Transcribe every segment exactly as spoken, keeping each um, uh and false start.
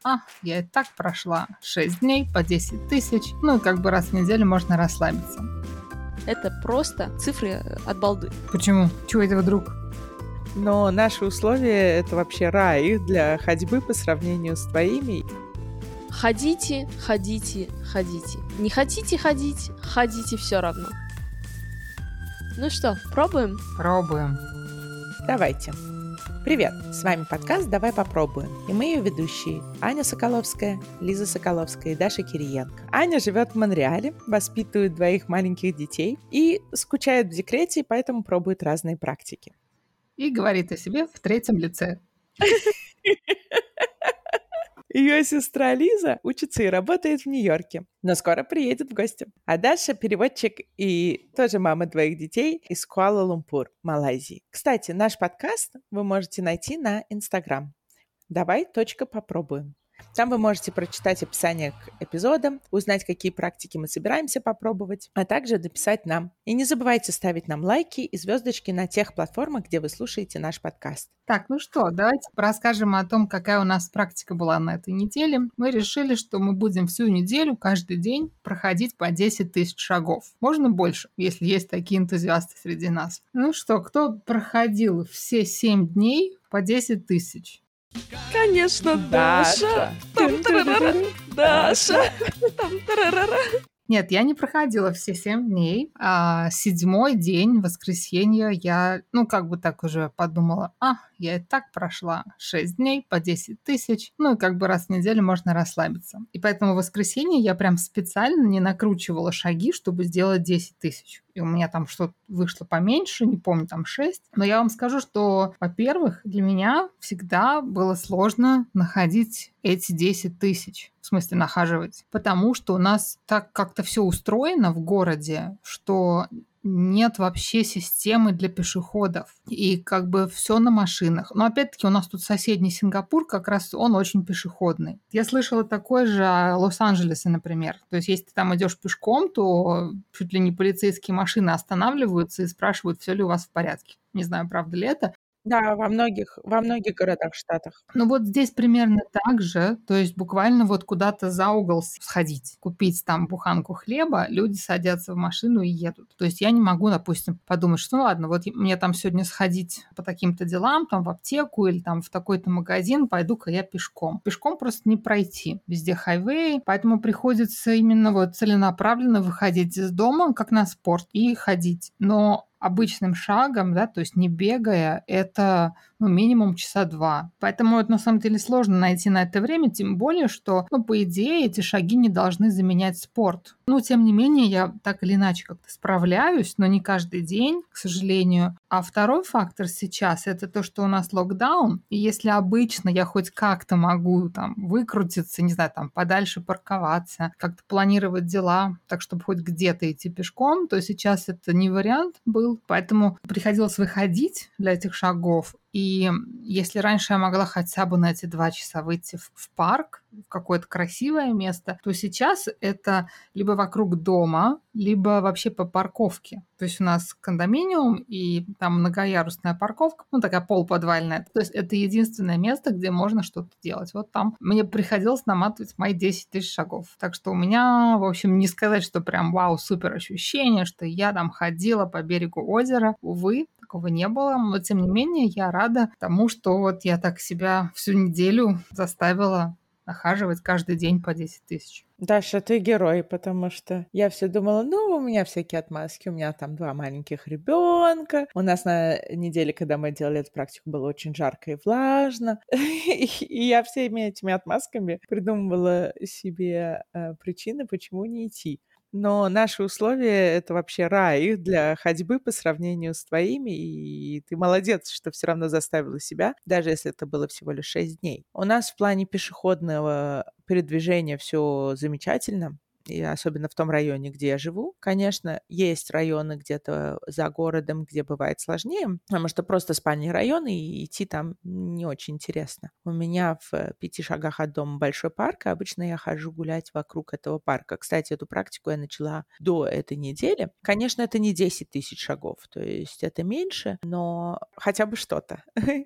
а, я и так прошла шесть дней по десять тысяч, ну и как бы раз в неделю можно расслабиться. Это просто цифры от балды. Почему? Чего это вдруг? Но наши условия — это вообще рай для ходьбы по сравнению с твоими. Ходите, ходите, ходите. Не хотите ходить, ходите все равно. Ну что, пробуем? Пробуем. Давайте. Привет, с вами подкаст «Давай попробуем». И мы ее ведущие Аня Соколовская, Лиза Соколовская и Даша Кириенко. Аня живет в Монреале, воспитывает двоих маленьких детей и скучает в декрете, поэтому пробует разные практики. И говорит о себе в третьем лице. Ее сестра Лиза учится и работает в Нью-Йорке, но скоро приедет в гости. А Даша — переводчик и тоже мама двоих детей из Куала-Лумпур, Малайзии. Кстати, наш подкаст вы можете найти на Инстаграм. Давай точка попробуем. Там вы можете прочитать описание к эпизодам, узнать, какие практики мы собираемся попробовать, а также написать нам. И не забывайте ставить нам лайки и звездочки на тех платформах, где вы слушаете наш подкаст. Так, ну что, давайте расскажем о том, какая у нас практика была на этой неделе. Мы решили, что мы будем всю неделю, каждый день проходить по десять тысяч шагов. Можно больше, если есть такие энтузиасты среди нас. Ну что, кто проходил все семь дней по десять тысяч? Конечно, Даша. Там-тарарара. Даша. Там-тарарара. Нет, я не проходила все семь дней. А седьмой день, воскресенье, я, ну, как бы так уже подумала, а, я и так прошла шесть дней по десять тысяч, ну, и как бы раз в неделю можно расслабиться. И поэтому в воскресенье я прям специально не накручивала шаги, чтобы сделать десять тысяч. И у меня там что-то вышло поменьше, не помню, там шесть. Но я вам скажу, что, во-первых, для меня всегда было сложно находить эти десять тысяч. В смысле, нахаживать. Потому что у нас так как-то все устроено в городе, что нет вообще системы для пешеходов. И как бы все на машинах. Но опять-таки у нас тут соседний Сингапур, как раз он очень пешеходный. Я слышала такое же о Лос-Анджелесе, например. То есть если ты там идешь пешком, то чуть ли не полицейские машины останавливаются и спрашивают, все ли у вас в порядке. Не знаю, правда ли это. Да, во многих, во многих городах, штатах. Ну вот здесь примерно так же, то есть буквально вот куда-то за угол сходить, купить там буханку хлеба, люди садятся в машину и едут. То есть я не могу, допустим, подумать, что ну ладно, вот мне там сегодня сходить по таким-то делам, там в аптеку или там в такой-то магазин, пойду-ка я пешком. Пешком просто не пройти. Везде хайвей, поэтому приходится именно вот целенаправленно выходить из дома, как на спорт, и ходить. Но обычным шагом, да, то есть не бегая, это ну, минимум часа два. Поэтому это на самом деле сложно найти на это время, тем более, что, ну, по идее, эти шаги не должны заменять спорт. Ну, тем не менее, я так или иначе как-то справляюсь, но не каждый день, к сожалению. А второй фактор сейчас – это то, что у нас локдаун, и если обычно я хоть как-то могу там выкрутиться, не знаю, там подальше парковаться, как-то планировать дела, так, чтобы хоть где-то идти пешком, то сейчас это не вариант был. Поэтому приходилось выходить для этих шагов. И если раньше я могла хотя бы на эти два часа выйти в, в парк, в какое-то красивое место, то сейчас это либо вокруг дома, либо вообще по парковке. То есть у нас кондоминиум и там многоярусная парковка, ну такая полуподвальная. То есть это единственное место, где можно что-то делать. Вот там мне приходилось наматывать мои десять тысяч шагов. Так что у меня, в общем, не сказать, что прям вау, супер ощущение, что я там ходила по берегу озера. Увы, такого не было, но тем не менее я рада тому, что вот я так себя всю неделю заставила нахаживать каждый день по десять тысяч. Даша, ты герой, потому что я все думала, ну, у меня всякие отмазки, у меня там два маленьких ребенка. У нас на неделе, когда мы делали эту практику, было очень жарко и влажно. И я всеми этими отмазками придумывала себе причины, почему не идти. Но наши условия — это вообще рай для ходьбы по сравнению с твоими, и ты молодец, что все равно заставила себя, даже если это было всего лишь шесть дней. У нас в плане пешеходного передвижения все замечательно. и особенно в том районе, где я живу. Конечно, есть районы где-то за городом, где бывает сложнее, потому что просто спальные районы, и идти там не очень интересно. У меня в пяти шагах от дома большой парк, и обычно я хожу гулять вокруг этого парка. Кстати, эту практику я начала до этой недели. Конечно, это не десять тысяч шагов, то есть это меньше, но хотя бы что-то.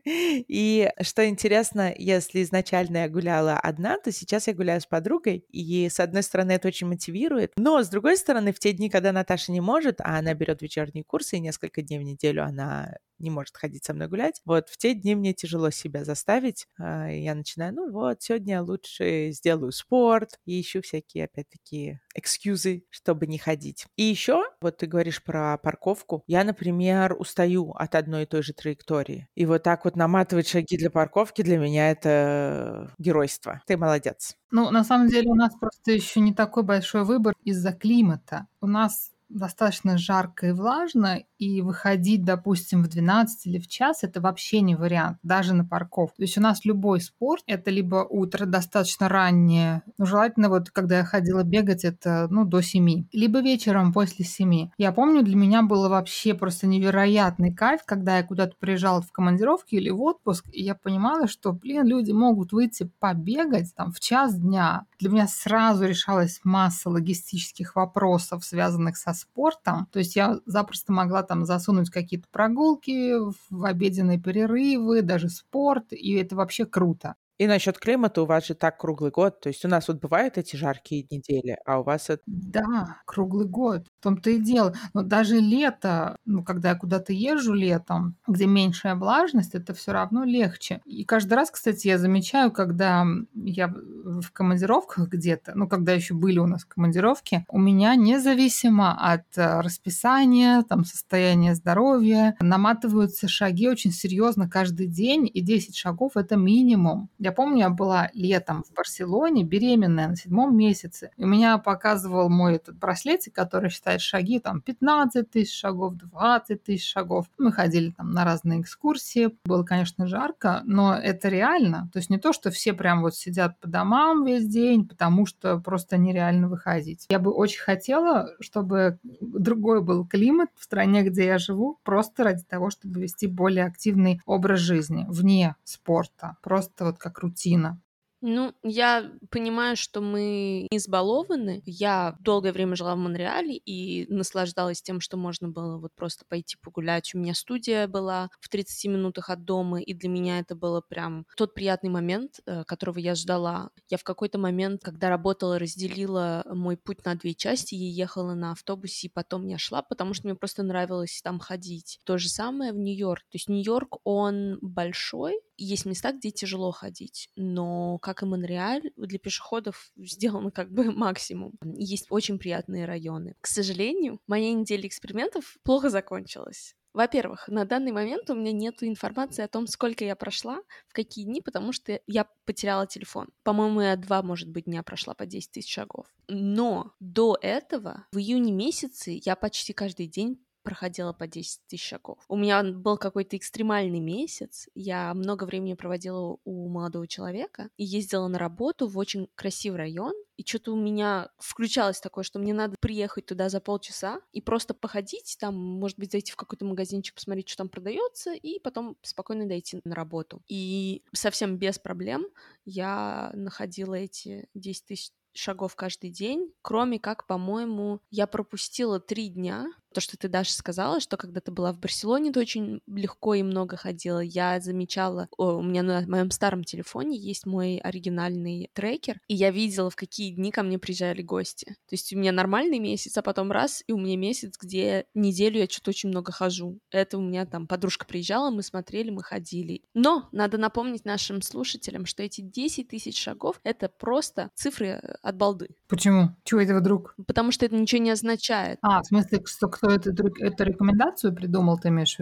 И что интересно, если изначально я гуляла одна, то сейчас я гуляю с подругой, и с одной стороны это очень мотивирует, но с другой стороны в те дни, когда Наташа не может, а она берет вечерние курсы, и несколько дней в неделю она не может ходить со мной гулять, вот в те дни мне тяжело себя заставить. А, Я начинаю, ну вот, сегодня я лучше сделаю спорт, и ищу всякие, опять-таки, экскьюзы, чтобы не ходить. И еще, вот ты говоришь про парковку, я, например, устаю от одной и той же траектории. И вот так вот наматывать шаги для парковки для меня это геройство. Ты молодец. Ну, на самом деле у нас просто еще не такой большой выбор из-за климата. У нас достаточно жарко и влажно, и выходить, допустим, в двенадцать или в час — это вообще не вариант, даже на парковку. То есть у нас любой спорт — это либо утро достаточно раннее, ну, желательно вот, когда я ходила бегать, это, ну, до семи, либо вечером после семи. Я помню, для меня было вообще просто невероятный кайф, когда я куда-то приезжала в командировке или в отпуск, и я понимала, что, блин, люди могут выйти побегать там в час дня. Для меня сразу решалась масса логистических вопросов, связанных со спортом. То есть я запросто могла там засунуть какие-то прогулки в обеденные перерывы, даже спорт, и это вообще круто. И насчет климата у вас же так круглый год. То есть у нас вот бывают эти жаркие недели, а у вас это... Да, круглый год. В том-то и дело. Но даже лето, ну, когда я куда-то езжу летом, где меньшая влажность, это все равно легче. И каждый раз, кстати, я замечаю, когда я в командировках где-то, ну, когда еще были у нас командировки, у меня независимо от расписания, там, состояния здоровья, наматываются шаги очень серьезно каждый день, и десять шагов — это минимум. Я помню, я была летом в Барселоне, беременная на седьмом месяце. И у меня показывал мой этот браслетик, который считает шаги, там, пятнадцать тысяч шагов, двадцать тысяч шагов. Мы ходили там на разные экскурсии. Было, конечно, жарко, но это реально. То есть не то, что все прям вот сидят по домам весь день, потому что просто нереально выходить. Я бы очень хотела, чтобы другой был климат в стране, где я живу, просто ради того, чтобы вести более активный образ жизни вне спорта. Просто вот как рутина. Ну, я понимаю, что мы не избалованы. Я долгое время жила в Монреале и наслаждалась тем, что можно было вот просто пойти погулять. У меня студия была в тридцати минутах от дома, и для меня это было прям тот приятный момент, которого я ждала. Я в какой-то момент, когда работала, разделила мой путь на две части. Я ехала на автобусе, и потом я шла, потому что мне просто нравилось там ходить. То же самое в Нью-Йорк. То есть Нью-Йорк, он большой, есть места, где тяжело ходить, но, как и Монреаль, для пешеходов сделано как бы максимум. Есть очень приятные районы. К сожалению, моя неделя экспериментов плохо закончилась. Во-первых, на данный момент у меня нет информации о том, сколько я прошла, в какие дни, потому что я потеряла телефон. По-моему, я два, может быть, дня прошла по десять тысяч шагов. Но до этого, в июне месяце, я почти каждый день проходила по десять тысяч шагов. У меня был какой-то экстремальный месяц. Я много времени проводила у молодого человека и ездила на работу в очень красивый район. И что-то у меня включалось такое, что мне надо приехать туда за полчаса и просто походить, там, может быть, зайти в какой-то магазинчик, посмотреть, что там продается, и потом спокойно дойти на работу. И совсем без проблем я находила эти десять тысяч шагов каждый день, кроме как, по-моему, я пропустила три дня. То, что ты, Даша, сказала, что когда ты была в Барселоне, ты очень легко и много ходила. Я замечала, о, у меня на моем старом телефоне есть мой оригинальный трекер, и я видела, в какие дни ко мне приезжали гости. То есть у меня нормальный месяц, а потом раз, и у меня месяц, где неделю я что-то очень много хожу. Это у меня там подружка приезжала, мы смотрели, мы ходили. Но надо напомнить нашим слушателям, что эти десять тысяч шагов — это просто цифры от балды. Почему? Чего это вдруг? Потому что это ничего не означает. А, в смысле, что кто эту, эту рекомендацию придумал, ты имеешь в виду?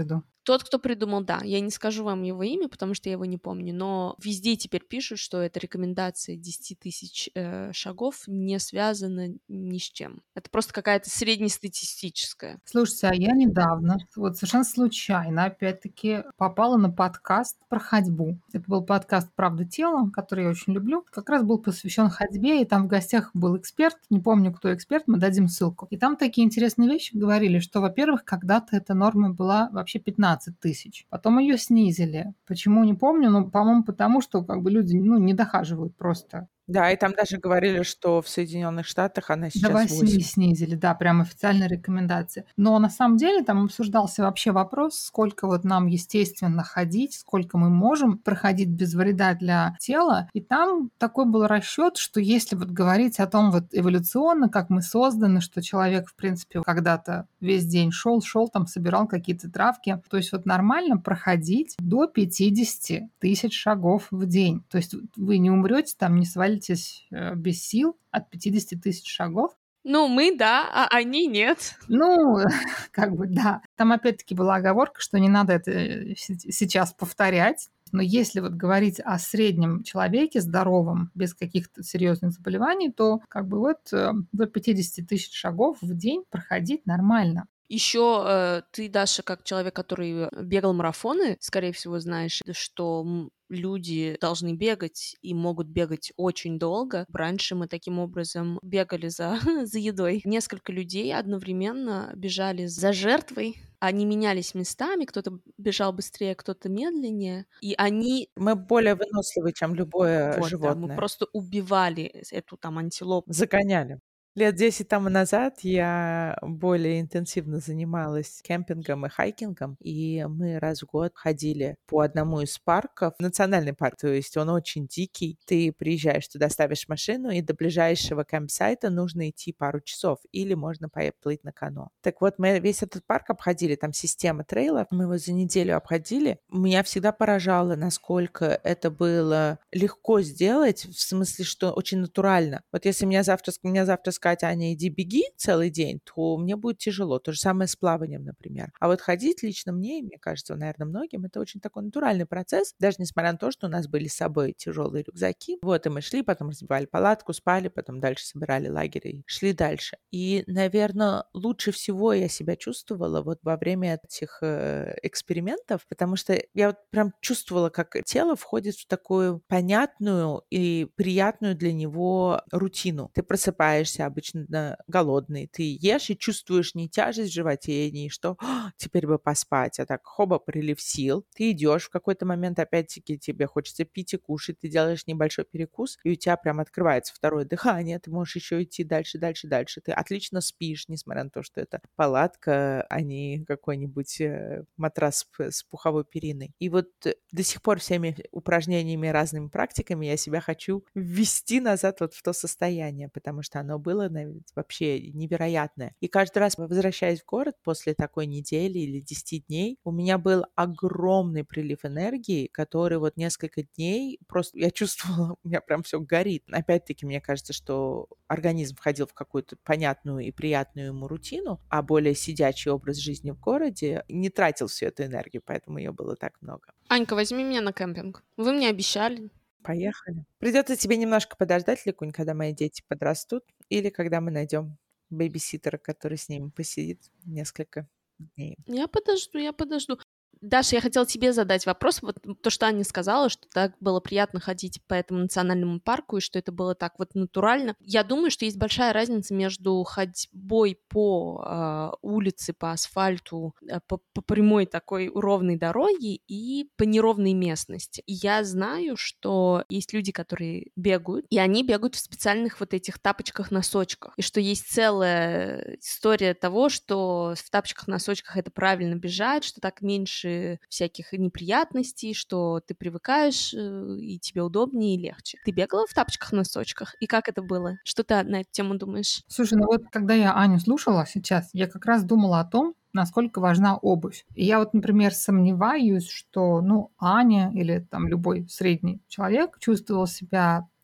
Тот, кто придумал, да. Я не скажу вам его имя, потому что я его не помню, но везде теперь пишут, что эта рекомендация десять тысяч э, шагов не связана ни с чем. Это просто какая-то среднестатистическая. Слушайте, а я недавно, вот совершенно случайно, опять-таки, попала на подкаст про ходьбу. Это был подкаст «Правда тела», который я очень люблю. Как раз был посвящен ходьбе, и там в гостях был эксперт. Не помню, кто эксперт, мы дадим ссылку. И там такие интересные вещи говорили, что, во-первых, когда-то эта норма была вообще пятнадцать тысяч. Потом ее снизили. Почему, не помню, но, по-моему, потому что как бы люди ну, не дохаживают просто. Да, и там даже говорили, что в Соединенных Штатах она До сейчас восьми восемь. снизили, да, прям официальная рекомендация. Но на самом деле там обсуждался вообще вопрос, сколько вот нам естественно ходить, сколько мы можем проходить без вреда для тела. И там такой был расчет, что если вот говорить о том вот эволюционно, как мы созданы, что человек, в принципе, когда-то весь день шел, шел, там собирал какие-то травки, то есть вот нормально проходить до пятьдесят тысяч шагов в день. То есть вы не умрете, там не свалитесь без сил от пятьдесят тысяч шагов. Ну, мы да, а они нет. Ну, как бы да. Там опять-таки была оговорка, что не надо это сейчас повторять. Но если вот говорить о среднем человеке, здоровом, без каких-то серьезных заболеваний, то как бы вот до пятьдесят тысяч шагов в день проходить нормально. Еще э, ты, Даша, как человек, который бегал марафоны, скорее всего, знаешь, что люди должны бегать и могут бегать очень долго. Раньше мы таким образом бегали за, за едой. Несколько людей одновременно бежали за жертвой. Они менялись местами, кто-то бежал быстрее, кто-то медленнее. И они... Мы более выносливы, чем любое вот, животное. Да, мы просто убивали эту там антилопу. Загоняли. Лет десять тому назад я более интенсивно занималась кемпингом и хайкингом, и мы раз в год ходили по одному из парков. Национальный парк, то есть он очень дикий. Ты приезжаешь туда, ставишь машину, и до ближайшего кемпсайта нужно идти пару часов, или можно поплыть на каноэ. Так вот, мы весь этот парк обходили, там система трейлов, мы его за неделю обходили. Меня всегда поражало, насколько это было легко сделать, в смысле, что очень натурально. Вот если меня завтра, меня завтра сказать, Аня, иди беги целый день, то мне будет тяжело. То же самое с плаванием, например. А вот ходить лично мне, и мне кажется, наверное, многим, это очень такой натуральный процесс, даже несмотря на то, что у нас были с собой тяжелые рюкзаки. Вот, и мы шли, потом разбивали палатку, спали, потом дальше собирали лагерь и шли дальше. И, наверное, лучше всего я себя чувствовала вот во время этих э, экспериментов, потому что я вот прям чувствовала, как тело входит в такую понятную и приятную для него рутину. Ты просыпаешься обычно голодный, ты ешь и чувствуешь не тяжесть в животе, не что теперь бы поспать, а так хоба, прилив сил. Ты идешь в какой-то момент, опять-таки тебе хочется пить и кушать, ты делаешь небольшой перекус, и у тебя прям открывается второе дыхание, ты можешь еще идти дальше, дальше, дальше. Ты отлично спишь, несмотря на то, что это палатка, а не какой-нибудь матрас с пуховой периной. И вот до сих пор всеми упражнениями, разными практиками я себя хочу ввести назад вот в то состояние, потому что оно было вообще невероятное. И каждый раз, возвращаясь в город после такой недели или десяти дней, у меня был огромный прилив энергии, который вот несколько дней просто я чувствовала, у меня прям все горит. Опять-таки, мне кажется, что организм входил в какую-то понятную и приятную ему рутину, а более сидячий образ жизни в городе не тратил всю эту энергию, поэтому ее было так много. Анька, возьми меня на кемпинг. Вы мне обещали. Поехали. Придется тебе немножко подождать, Ликунь, когда мои дети подрастут, или когда мы найдем бэйбиситера, который с ними посидит несколько дней. Я подожду, я подожду. Даша, я хотела тебе задать вопрос. Вот то, что Аня сказала, что так было приятно ходить по этому национальному парку, и что это было так вот натурально. Я думаю, что есть большая разница между ходьбой по э, улице, по асфальту, э, по, по прямой такой ровной дороге и по неровной местности. И я знаю, что есть люди, которые бегают, и они бегают в специальных вот этих тапочках-носочках. И что есть целая история того, что в тапочках-носочках это правильно бежать, что так меньше всяких неприятностей, что ты привыкаешь, и тебе удобнее и легче. Ты бегала в тапочках-носочках? И как это было? Что ты на эту тему думаешь? Слушай, ну вот когда я Аню слушала сейчас, я как раз думала о том, насколько важна обувь. И я вот, например, сомневаюсь, что, ну, Аня или там любой средний человек чувствовал себя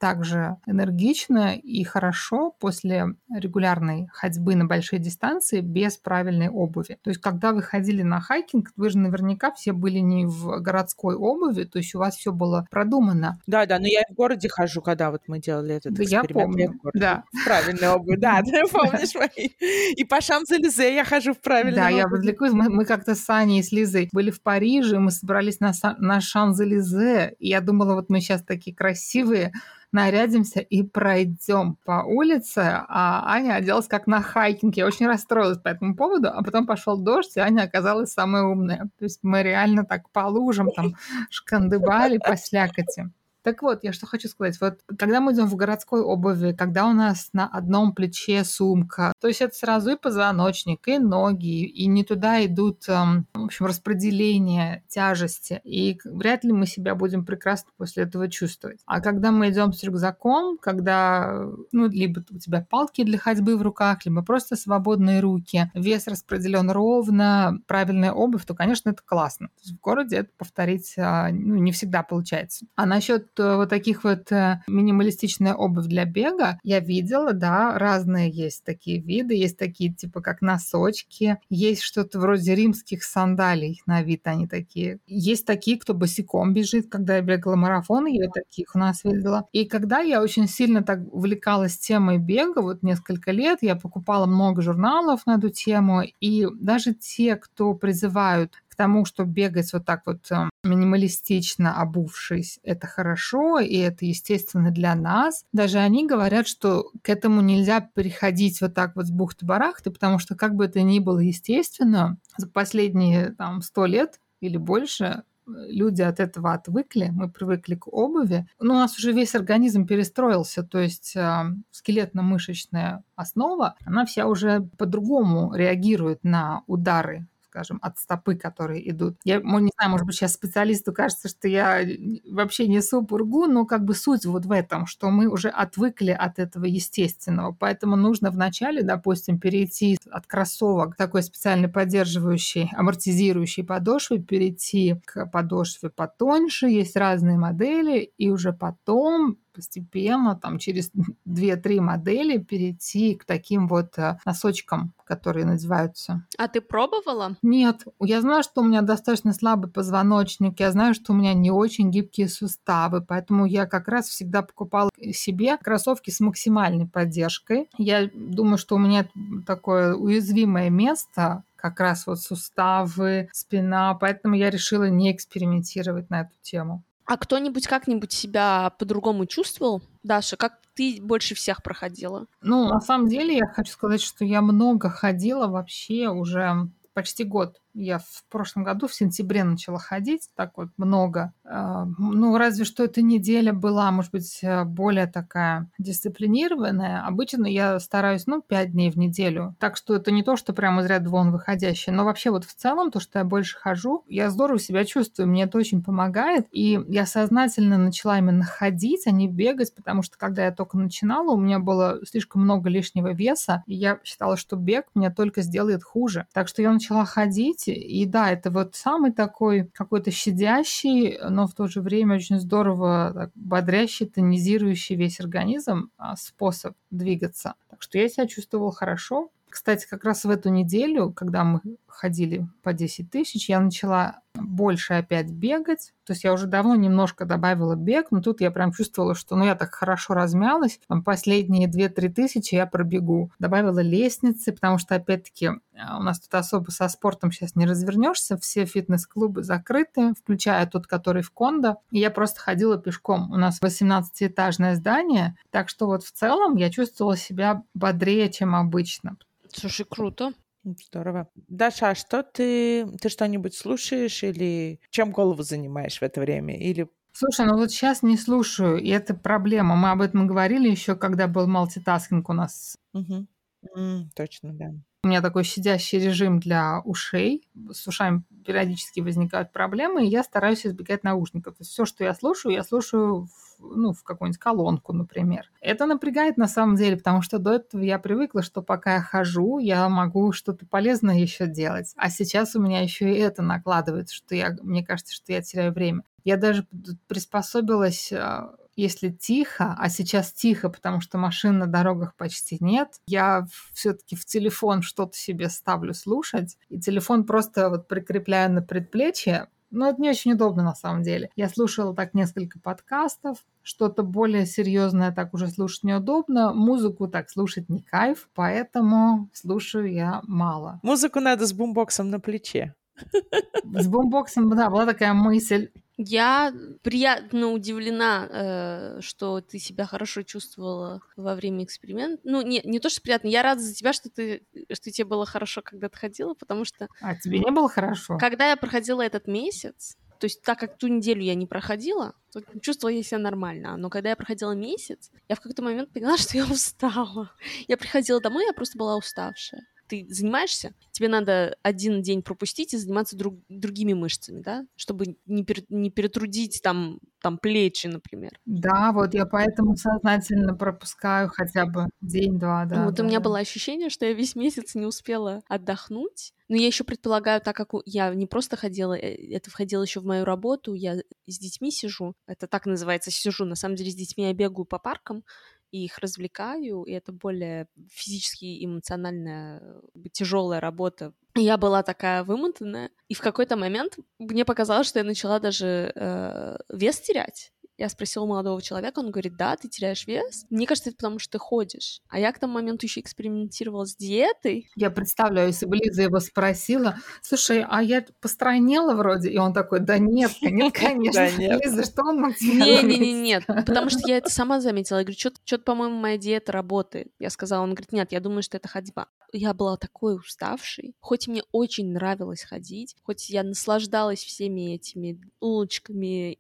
также энергично и хорошо после регулярной ходьбы на большие дистанции без правильной обуви. То есть, когда вы ходили на хайкинг, вы же наверняка все были не в городской обуви, то есть у вас все было продумано. Да, да, но я и в городе хожу, когда вот мы делали этот Да, я эксперимент. Я в помню, городе да. в правильной обуви. Да, ты помнишь мои? И по Шамс-Элизе я хожу в Да, правильной я обуви. возликуюсь. Мы, мы как-то с Аней и с Лизой были в Париже, мы собрались на, Са- на Шанзелизе, и я думала, вот мы сейчас такие красивые, нарядимся и пройдем по улице, а Аня оделась как на хайкинг. Я очень расстроилась по этому поводу, а потом пошел дождь, и Аня оказалась самая умная. То есть мы реально так по лужам там шкандыбали по слякоти. Так вот, я что хочу сказать. Вот когда мы идем в городской обуви, когда у нас на одном плече сумка, то есть это сразу и позвоночник, и ноги, и не туда идут, эм, в общем, распределение тяжести. И вряд ли мы себя будем прекрасно после этого чувствовать. А когда мы идем с рюкзаком, когда, ну, либо у тебя палки для ходьбы в руках, либо просто свободные руки, вес распределен ровно, правильная обувь, то, конечно, это классно. То есть в городе это повторить, а, ну, не всегда получается. А насчет вот таких вот минималистичная обувь для бега, я видела, да, разные есть такие виды, есть такие типа как носочки, есть что-то вроде римских сандалий, на вид они такие. Есть такие, кто босиком бежит, когда я бегала марафон, я таких у нас видела. И когда я очень сильно так увлекалась темой бега, вот несколько лет, я покупала много журналов на эту тему, и даже те, кто призывают к тому, что бегать вот так вот э, минималистично обувшись, это хорошо, и это естественно для нас. Даже они говорят, что к этому нельзя переходить вот так вот с бухты-барахты, потому что как бы это ни было естественно, за последние там сто лет или больше люди от этого отвыкли, мы привыкли к обуви. Но у нас уже весь организм перестроился, то есть э, скелетно-мышечная основа, она вся уже по-другому реагирует на удары, скажем, от стопы, которые идут. Я не знаю, может быть, сейчас специалисту кажется, что я вообще несу пургу, но как бы суть вот в этом, что мы уже отвыкли от этого естественного. Поэтому нужно вначале, допустим, перейти от кроссовок к такой специально поддерживающей, амортизирующей подошве, перейти к подошве потоньше. Есть разные модели, и уже потом постепенно, там, через две-три модели перейти к таким вот носочкам, которые надеваются. А ты пробовала? Нет. Я знаю, что у меня достаточно слабый позвоночник, я знаю, что у меня не очень гибкие суставы, поэтому я как раз всегда покупала себе кроссовки с максимальной поддержкой. Я думаю, что у меня такое уязвимое место, как раз вот суставы, спина, поэтому я решила не экспериментировать на эту тему. А кто-нибудь как-нибудь себя по-другому чувствовал? Даша, как ты больше всех проходила? Ну, на самом деле, я хочу сказать, что я много ходила вообще уже почти год. Я в прошлом году в сентябре начала ходить, так вот много. Ну, разве что эта неделя была, может быть, более такая дисциплинированная. Обычно я стараюсь, ну, пять дней в неделю. Так что это не то, что прямо из ряда вон выходящее. Но вообще вот в целом, то, что я больше хожу, я здорово себя чувствую, мне это очень помогает. И я сознательно начала именно ходить, а не бегать, потому что когда я только начинала, у меня было слишком много лишнего веса, и я считала, что бег меня только сделает хуже. Так что я начала ходить. И да, это вот самый такой какой-то щадящий, но в то же время очень здорово так, бодрящий, тонизирующий весь организм способ двигаться. Так что я себя чувствовала хорошо. Кстати, как раз в эту неделю, когда мы ходили по десять тысяч, я начала больше опять бегать. То есть я уже давно немножко добавила бег, но тут я прям чувствовала, что ну я так хорошо размялась. Там последние две-три тысячи я пробегу. Добавила лестницы, потому что опять-таки у нас тут особо со спортом сейчас не развернешься. Все фитнес-клубы закрыты, включая тот, который в Кондо. И я просто ходила пешком. У нас восемнадцатиэтажное здание, так что вот в целом я чувствовала себя бодрее, чем обычно. Слушай, круто. Здорово. Даша, а что ты... Ты что-нибудь слушаешь или чем голову занимаешь в это время? Или... Слушай, ну вот сейчас не слушаю, и это проблема. Мы об этом говорили еще, когда был мультитаскинг у нас. Угу. М, точно, да. У меня такой щадящий режим для ушей. С ушами периодически возникают проблемы, и я стараюсь избегать наушников. То есть все, что я слушаю, я слушаю в, ну, в какую-нибудь колонку, например. Это напрягает на самом деле, потому что до этого я привыкла, что пока я хожу, я могу что-то полезное еще делать. А сейчас у меня еще и это накладывается, что я, мне кажется, что я теряю время. Я даже приспособилась если тихо, а сейчас тихо, потому что машин на дорогах почти нет, я все-таки в телефон что-то себе ставлю слушать, и телефон просто вот прикрепляю на предплечье. Но это не очень удобно на самом деле. Я слушала так несколько подкастов, что-то более серьезное так уже слушать неудобно, музыку так слушать не кайф, поэтому слушаю я мало. Музыку надо с бумбоксом на плече. С бумбоксом, да, была такая мысль. Я приятно удивлена, э, что ты себя хорошо чувствовала во время эксперимента. Ну, не, не то, что приятно, я рада за тебя, что, ты, что тебе было хорошо, когда ты ходила, потому что... А тебе не было хорошо? Когда я проходила этот месяц, то есть так как ту неделю я не проходила, то чувствовала я себя нормально. Но когда я проходила месяц, я в какой-то момент поняла, что я устала. Я приходила домой, я просто была уставшая. Ты занимаешься, тебе надо один день пропустить и заниматься друг, другими мышцами, да, чтобы не, пер, не перетрудить там, там плечи, например. Да, вот я поэтому сознательно пропускаю хотя бы день-два, да. Вот да, у меня да. было ощущение, что я весь месяц не успела отдохнуть. Но я еще предполагаю, так как я не просто ходила, это входило еще в мою работу, я с детьми сижу, это так называется сижу, на самом деле с детьми я бегаю по паркам, и их развлекаю, и это более физически и эмоционально тяжелая работа. Я была такая вымотанная, и в какой-то момент мне показалось, что я начала даже э, вес терять. Я спросила молодого человека, он говорит, да, ты теряешь вес? Мне кажется, это потому, что ты ходишь. А я к тому моменту еще экспериментировала с диетой. Я представляю, если бы Лиза его спросила, слушай, а я постройнела вроде? И он такой, да нет, нет, конечно. Лиза, что он мог тебе Не, не, не, нет, потому что я это сама заметила. Я говорю, что-то, по-моему, моя диета работает. Я сказала, он говорит, нет, я думаю, что это ходьба. Я была такой уставшей, хоть мне очень нравилось ходить, хоть я наслаждалась всеми этими улочками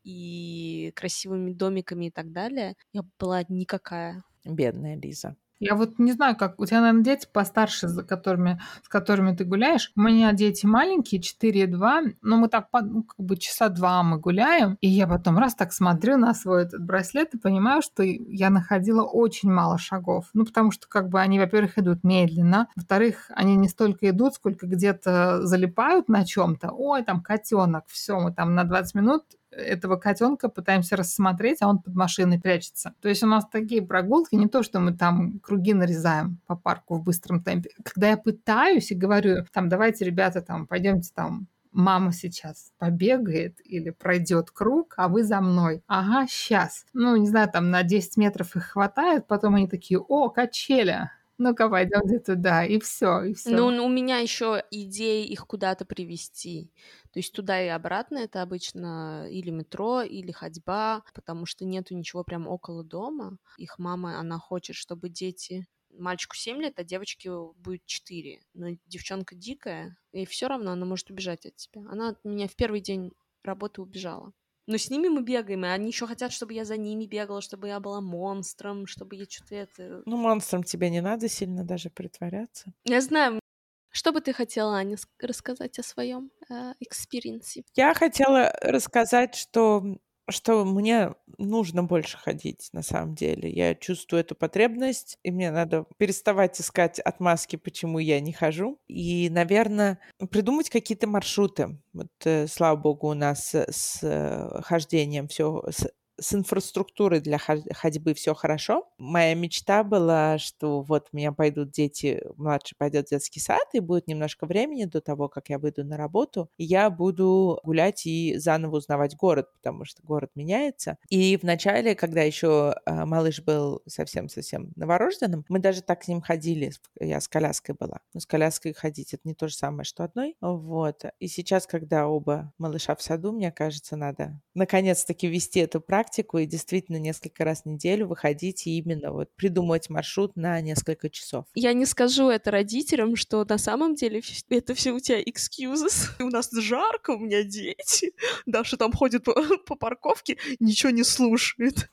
и красивыми домиками и так далее, я была никакая. Бедная Лиза. Я вот не знаю, как у тебя, наверное, дети постарше, за которыми, с которыми ты гуляешь. У меня дети маленькие, четыре и два, но мы так, ну, как бы часа два мы гуляем, и я потом раз так смотрю на свой этот браслет и понимаю, что я находила очень мало шагов. Ну, потому что как бы они, во-первых, идут медленно, во-вторых, они не столько идут, сколько где-то залипают на чем-то. Ой, там котенок, все, мы там на двадцать минут этого котенка пытаемся рассмотреть, а он под машиной прячется. То есть у нас такие прогулки, не то, что мы там круги нарезаем по парку в быстром темпе. Когда я пытаюсь и говорю, там, давайте, ребята, там, пойдемте там, мама сейчас побегает или пройдет круг, а вы за мной. Ага, сейчас. Ну, не знаю, там на десять метров их хватает, потом они такие, о, качеля. Ну-ка, пойдемте туда, и все, и все. Ну, у меня еще идея их куда-то привести. То есть туда и обратно это обычно или метро, или ходьба, потому что нету ничего прям около дома. Их мама, она хочет, чтобы дети... Мальчику семь лет, а девочке будет четыре. Но девчонка дикая, и все равно она может убежать от тебя. Она от меня в первый день работы убежала. Но с ними мы бегаем, и они еще хотят, чтобы я за ними бегала, чтобы я была монстром, чтобы я что-то это... Ну, монстром тебе не надо сильно даже притворяться. Я знаю. Что бы ты хотела, Аня, рассказать о своем экспириенсе? Э, я хотела рассказать, что, что мне нужно больше ходить, на самом деле. Я чувствую эту потребность, и мне надо переставать искать отмазки, почему я не хожу. И, наверное, придумать какие-то маршруты. Вот, э, слава богу, у нас с э, хождением все... с инфраструктурой для ходьбы все хорошо. Моя мечта была, что вот у меня пойдут дети, младший пойдет в детский сад, и будет немножко времени до того, как я выйду на работу, и я буду гулять и заново узнавать город, потому что город меняется. И вначале, когда еще э, малыш был совсем-совсем новорожденным, мы даже так с ним ходили, я с коляской была. Но с коляской ходить — это не то же самое, что одной. Вот. И сейчас, когда оба малыша в саду, мне кажется, надо наконец-таки вести эту практику, практику и действительно несколько раз в неделю выходить и именно вот придумать маршрут на несколько часов. Я не скажу это родителям, что на самом деле это все у тебя excuses. У нас жарко, у меня дети. Даша там ходит по, по парковке, ничего не слушает.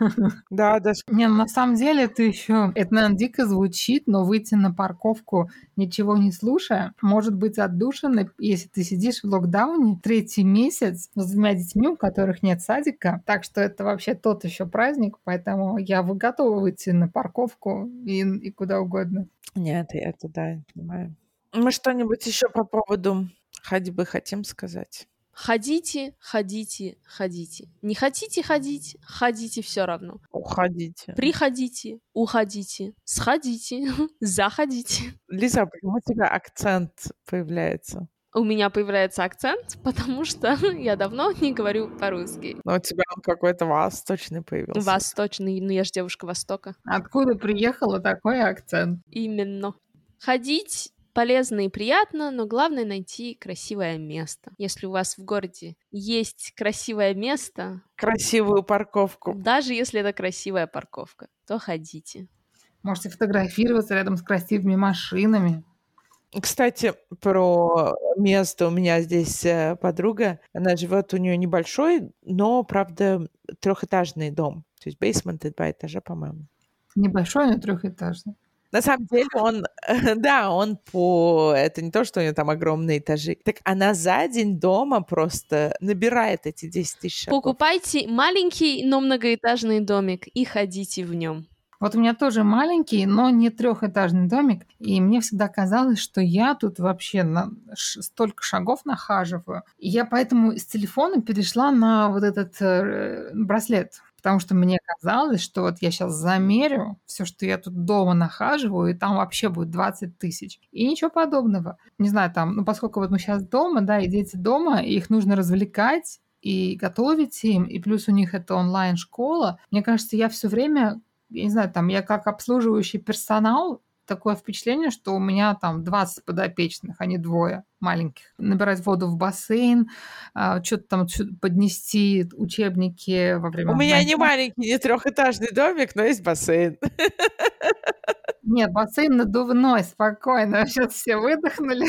Да, Даша. Не, на самом деле это еще, это, наверное, дико звучит, но выйти на парковку, ничего не слушая, может быть отдушиной, если ты сидишь в локдауне третий месяц с двумя детьми, у которых нет садика. Так что это вообще тот еще праздник, поэтому я готова выйти на парковку и, и куда угодно. Нет, это да, я понимаю. Мы что-нибудь еще по поводу ходьбы хотим сказать? Ходите, ходите, ходите. Не хотите ходить, ходите все равно. Уходите. Приходите, уходите, сходите, заходите. Лиза, почему у тебя акцент появляется? У меня появляется акцент, потому что я давно не говорю по-русски. Но у тебя он какой-то восточный появился. Восточный, ну я же девушка Востока. Откуда приехала такой акцент? Именно. Ходить полезно и приятно, но главное найти красивое место. Если у вас в городе есть красивое место, Красивую парковку. даже если это красивая парковка, то ходите. Можете фотографироваться рядом с красивыми машинами. Кстати, про место. У меня здесь э, подруга. Она живет, у нее небольшой, но, правда, трехэтажный дом. То есть бейсмент и два этажа, по-моему. Небольшой, но трехэтажный. На самом деле он, да, он по... Это не то, что у него там огромные этажи. Так она за день дома просто набирает эти десять тысяч шагов. Покупайте маленький, но многоэтажный домик и ходите в нем. Вот у меня тоже маленький, но не трехэтажный домик, и мне всегда казалось, что я тут вообще на ш- столько шагов нахаживаю. И я поэтому с телефона перешла на вот этот э, браслет, потому что мне казалось, что вот я сейчас замерю все, что я тут дома нахаживаю, и там вообще будет двадцать тысяч. И ничего подобного. Не знаю, там, ну поскольку вот мы сейчас дома, да, и дети дома, и их нужно развлекать, и готовить им, и плюс у них это онлайн-школа, мне кажется, я все время... Я не знаю, там я как обслуживающий персонал, такое впечатление, что у меня там двадцать подопечных, а не двое маленьких. Набирать воду в бассейн, а, что-то там чё- поднести учебники во время... У меня онлайн- не маленький, не трехэтажный домик, но есть бассейн. Нет, бассейн надувной, спокойно. Сейчас все выдохнули.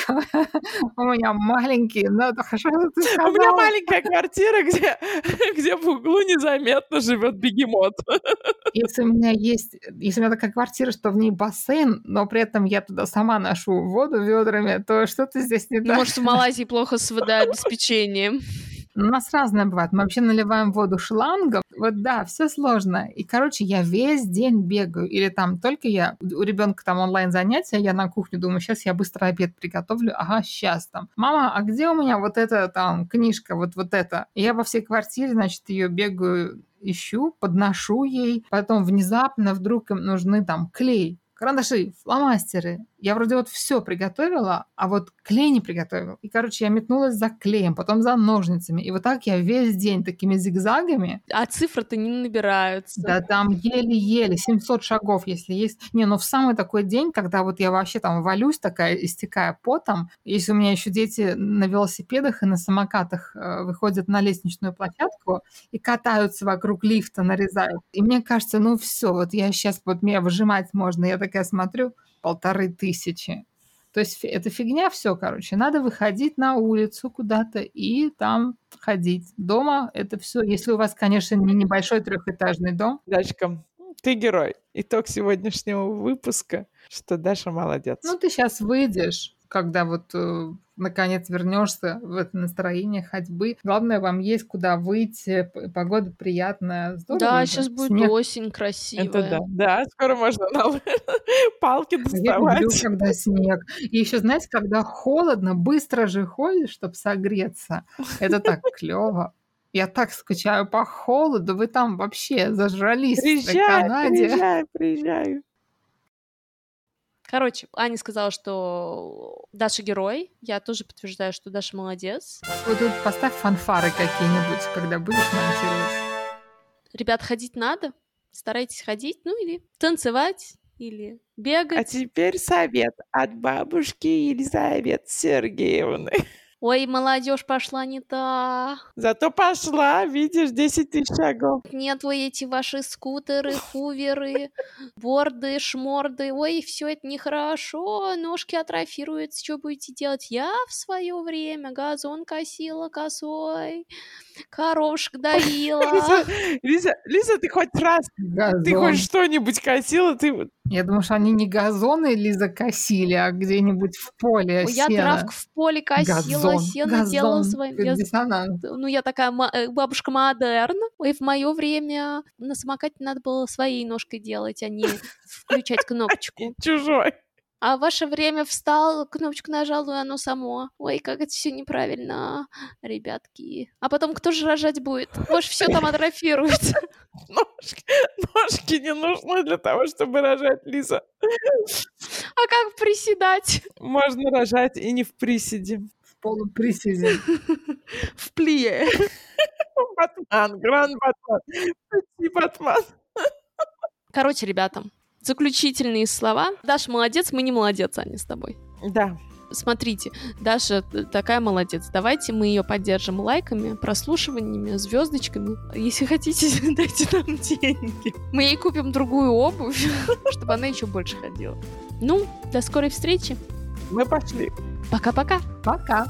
У меня маленький, но это хорошо, что ты У меня сказала. маленькая квартира, где, где в углу незаметно живет бегемот. Если у меня есть, если у меня такая квартира, что в ней бассейн, но при этом я туда сама ношу воду ведрами, то что-то здесь не Ну, так. может, в Малайзии плохо с водообеспечением. У нас разное бывает. Мы вообще наливаем воду шлангом. Вот да, все сложно. И, короче, я весь день бегаю. Или там только я... У ребенка там онлайн-занятия, я на кухню думаю, сейчас я быстро обед приготовлю. Ага, сейчас там. Мама, а где у меня вот эта там книжка, вот, вот эта? И я во всей квартире, значит, ее бегаю, ищу, подношу ей. Потом внезапно вдруг им нужны там клей, карандаши, фломастеры. Я вроде вот все приготовила, а вот клей не приготовила. И, короче, я метнулась за клеем, потом за ножницами. И вот так я весь день такими зигзагами. А цифры-то не набираются. Да там еле-еле, семьсот шагов, если есть. Не, ну в самый такой день, когда вот я вообще там валюсь такая, истекая потом, если у меня еще дети на велосипедах и на самокатах э, выходят на лестничную площадку и катаются вокруг лифта, нарезают. И мне кажется, ну все, вот я сейчас, вот меня выжимать можно. Я такая смотрю, полторы тысячи. То есть фи- это фигня все, короче. Надо выходить на улицу куда-то и там ходить. Дома это все. Если у вас, конечно, не небольшой трехэтажный дом. Дашка, ты герой. Итог сегодняшнего выпуска, что Даша молодец. Ну, ты сейчас выйдешь, когда вот э, наконец вернешься в это настроение ходьбы. Главное, вам есть куда выйти, п- погода приятная, здорово. Да, же. сейчас будет Снег. осень Это красивая. да. Да, скоро можно на палки А я люблю, доставать. когда снег. И еще, знаете, когда холодно, быстро же ходишь, чтобы согреться. Это так клево. Я так скучаю по холоду. Вы там вообще зажрались в этой Приезжай, Канаде. приезжай, приезжай. Короче, Аня сказала, что Даша герой. Я тоже подтверждаю, что Даша молодец. Вот тут поставь фанфары какие-нибудь, когда будешь монтировать. Ребят, ходить надо. Старайтесь ходить, ну или танцевать, или А бегать. теперь совет от бабушки Елизаветы Сергеевны. Ой, молодежь пошла не та. Зато пошла, видишь, десять тысяч шагов. Нет, вы эти ваши скутеры, хуверы, борды, шморды. Ой, все это нехорошо, ножки атрофируются. Что будете делать? Я в свое время газон косила косой, коровушек доила. Лиза, Лиза, Лиза, ты хоть раз, ты Газон. хоть что-нибудь косила, ты... Я думаю, что они не газоны Лиза косили, а где-нибудь в поле Ой, я сено. травку в поле косила, Газон, сено делала газон. своим. Какой Я- диссонанс. Ну, я такая ма- э, бабушка модерн. Ой, в мое время на самокате надо было своей ножкой делать, а не включать кнопочку. Чужой. А ваше время встал, кнопочку нажал, и оно само. Ой, как это все неправильно, ребятки. А потом кто же рожать будет? Ваше все там атрофируется. Ножки, ножки не нужны для того, чтобы рожать, Лиза. А как приседать? Можно рожать и не в приседе. В полуприседе. В плие. Батман, гранд Батман. Почти Батман. Короче, ребята, заключительные слова. Даша молодец, мы не молодец, Аня, с тобой. Да. Смотрите, Даша такая молодец. Давайте мы ее поддержим лайками, прослушиваниями, звездочками. Если хотите, дайте нам деньги. Мы ей купим другую обувь, чтобы она еще больше ходила. Ну, до скорой встречи. Мы пошли. Пока-пока. Пока.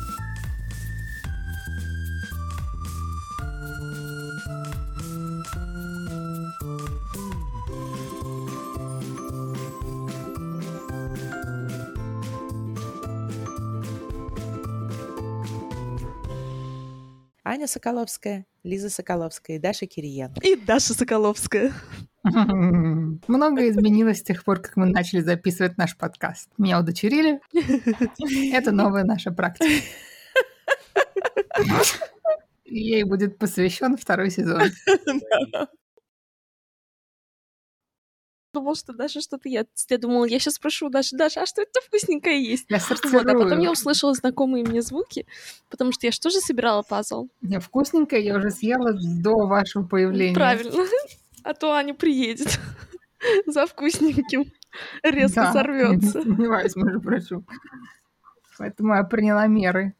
Аня Соколовская, Лиза Соколовская и Даша Кириенко. И Даша Соколовская. Многое изменилось с тех пор, как мы начали записывать наш подкаст. Меня удочерили. Это новая наша практика. Ей будет посвящен второй сезон. Думал, что Даша что-то ест. Я думала, я сейчас спрошу Дашу, Даша, а что это вкусненькое есть? Я Вот, а сортирую. потом я услышала знакомые мне звуки, потому что я же тоже собирала пазл. Не, вкусненькое я уже съела до вашего появления. Правильно. А то Аня приедет за вкусненьким. Резко Да, сорвется. не сомневаюсь, между прочим. Поэтому я приняла меры.